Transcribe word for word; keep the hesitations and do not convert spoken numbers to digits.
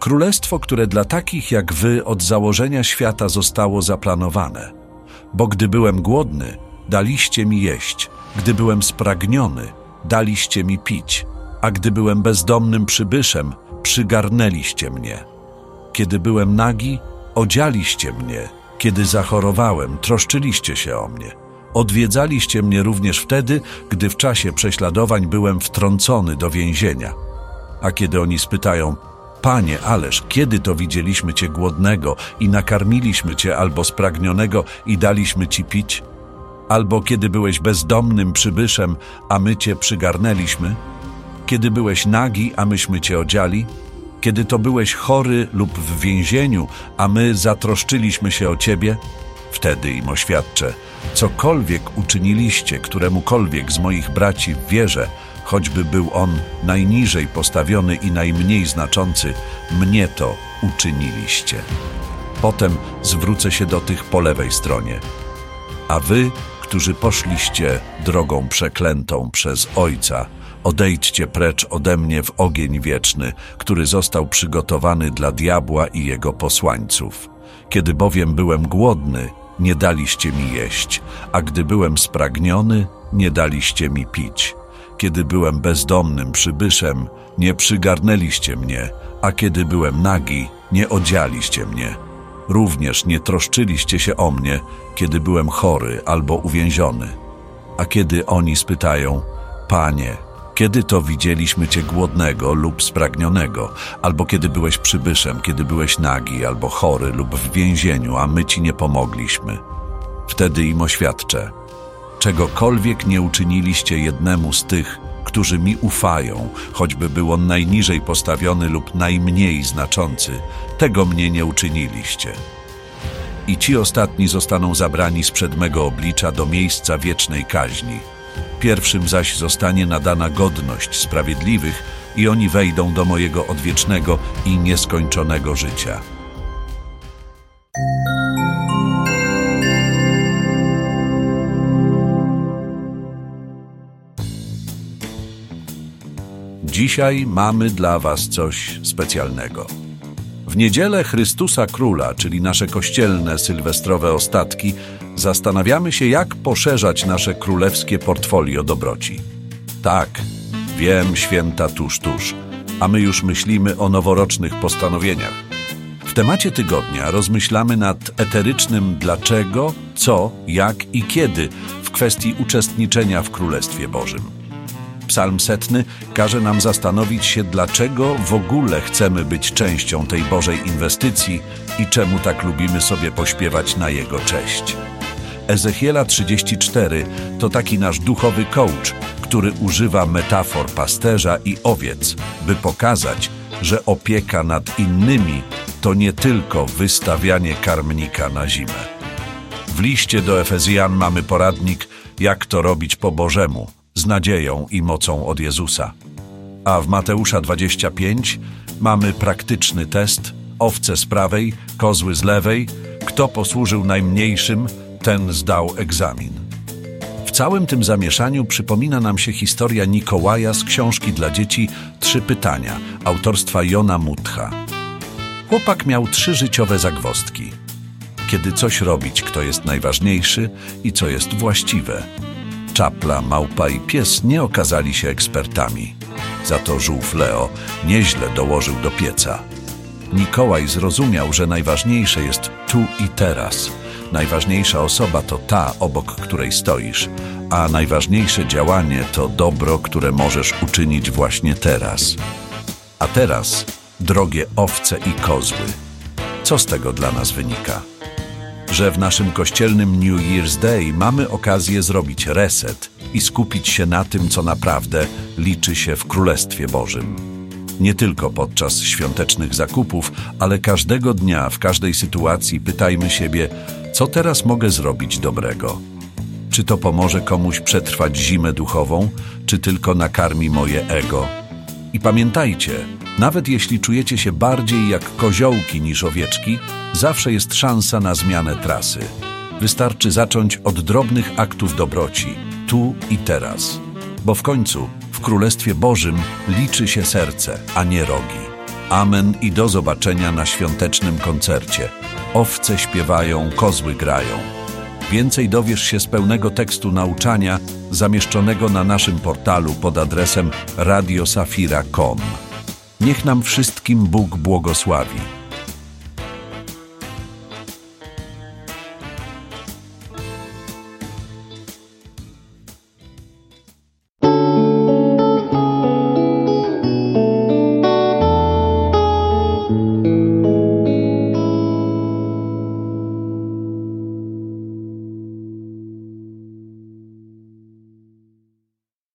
Królestwo, które dla takich jak wy od założenia świata zostało zaplanowane. Bo gdy byłem głodny, daliście mi jeść, gdy byłem spragniony, daliście mi pić, a gdy byłem bezdomnym przybyszem, przygarnęliście mnie. Kiedy byłem nagi, odzialiście mnie, kiedy zachorowałem, troszczyliście się o mnie. Odwiedzaliście mnie również wtedy, gdy w czasie prześladowań byłem wtrącony do więzienia. A kiedy oni spytają: Panie, ależ kiedy to widzieliśmy Cię głodnego i nakarmiliśmy Cię, albo spragnionego i daliśmy Ci pić? Albo kiedy byłeś bezdomnym przybyszem, a my Cię przygarnęliśmy? Kiedy byłeś nagi, a myśmy Cię odziali? Kiedy to byłeś chory lub w więzieniu, a my zatroszczyliśmy się o Ciebie? Wtedy im oświadczę: cokolwiek uczyniliście któremukolwiek z moich braci w wierze, choćby był on najniżej postawiony i najmniej znaczący, mnie to uczyniliście. Potem zwrócę się do tych po lewej stronie. A wy, którzy poszliście drogą przeklętą przez Ojca, odejdźcie precz ode mnie w ogień wieczny, który został przygotowany dla diabła i jego posłańców. Kiedy bowiem byłem głodny, nie daliście mi jeść, a gdy byłem spragniony, nie daliście mi pić. Kiedy byłem bezdomnym przybyszem, nie przygarnęliście mnie, a kiedy byłem nagi, nie odzialiście mnie. Również nie troszczyliście się o mnie, kiedy byłem chory albo uwięziony. A kiedy oni spytają: Panie, kiedy to widzieliśmy Cię głodnego lub spragnionego, albo kiedy byłeś przybyszem, kiedy byłeś nagi albo chory lub w więzieniu, a my Ci nie pomogliśmy? Wtedy im oświadczę: czegokolwiek nie uczyniliście jednemu z tych, którzy mi ufają, choćby był on najniżej postawiony lub najmniej znaczący, tego mnie nie uczyniliście. I ci ostatni zostaną zabrani sprzed mego oblicza do miejsca wiecznej kaźni. Pierwszym zaś zostanie nadana godność sprawiedliwych i oni wejdą do mojego odwiecznego i nieskończonego życia. Dzisiaj mamy dla was coś specjalnego. W niedzielę Chrystusa Króla, czyli nasze kościelne sylwestrowe ostatki, zastanawiamy się, jak poszerzać nasze królewskie portfolio dobroci. Tak, wiem, święta tuż, tuż, a my już myślimy o noworocznych postanowieniach. W temacie tygodnia rozmyślamy nad eterycznym dlaczego, co, jak i kiedy w kwestii uczestniczenia w Królestwie Bożym. Psalm setny każe nam zastanowić się, dlaczego w ogóle chcemy być częścią tej Bożej inwestycji i czemu tak lubimy sobie pośpiewać na Jego cześć. Ezechiela trzydzieści cztery to taki nasz duchowy coach, który używa metafor pasterza i owiec, by pokazać, że opieka nad innymi to nie tylko wystawianie karmnika na zimę. W liście do Efezjan mamy poradnik, jak to robić po Bożemu, z nadzieją i mocą od Jezusa. A w Mateusza dwadzieścia pięć mamy praktyczny test: owce z prawej, kozły z lewej. Kto posłużył najmniejszym, ten zdał egzamin. W całym tym zamieszaniu przypomina nam się historia Mikołaja z książki dla dzieci Trzy pytania, autorstwa Jona Mutcha. Chłopak miał trzy życiowe zagwozdki. Kiedy coś robić, kto jest najważniejszy i co jest właściwe. Czapla, małpa i pies nie okazali się ekspertami. Za to żółw Leo nieźle dołożył do pieca. Mikołaj zrozumiał, że najważniejsze jest tu i teraz. Najważniejsza osoba to ta, obok której stoisz, a najważniejsze działanie to dobro, które możesz uczynić właśnie teraz. A teraz, drogie owce i kozły, co z tego dla nas wynika? Że w naszym kościelnym New Year's Day mamy okazję zrobić reset i skupić się na tym, co naprawdę liczy się w Królestwie Bożym. Nie tylko podczas świątecznych zakupów, ale każdego dnia, w każdej sytuacji pytajmy siebie, co teraz mogę zrobić dobrego? Czy to pomoże komuś przetrwać zimę duchową, czy tylko nakarmi moje ego? I pamiętajcie, nawet jeśli czujecie się bardziej jak koziołki niż owieczki, zawsze jest szansa na zmianę trasy. Wystarczy zacząć od drobnych aktów dobroci, tu i teraz. Bo w końcu w Królestwie Bożym liczy się serce, a nie rogi. Amen i do zobaczenia na świątecznym koncercie. Owce śpiewają, kozły grają. Więcej dowiesz się z pełnego tekstu nauczania zamieszczonego na naszym portalu pod adresem radio safira kropka com. Niech nam wszystkim Bóg błogosławi.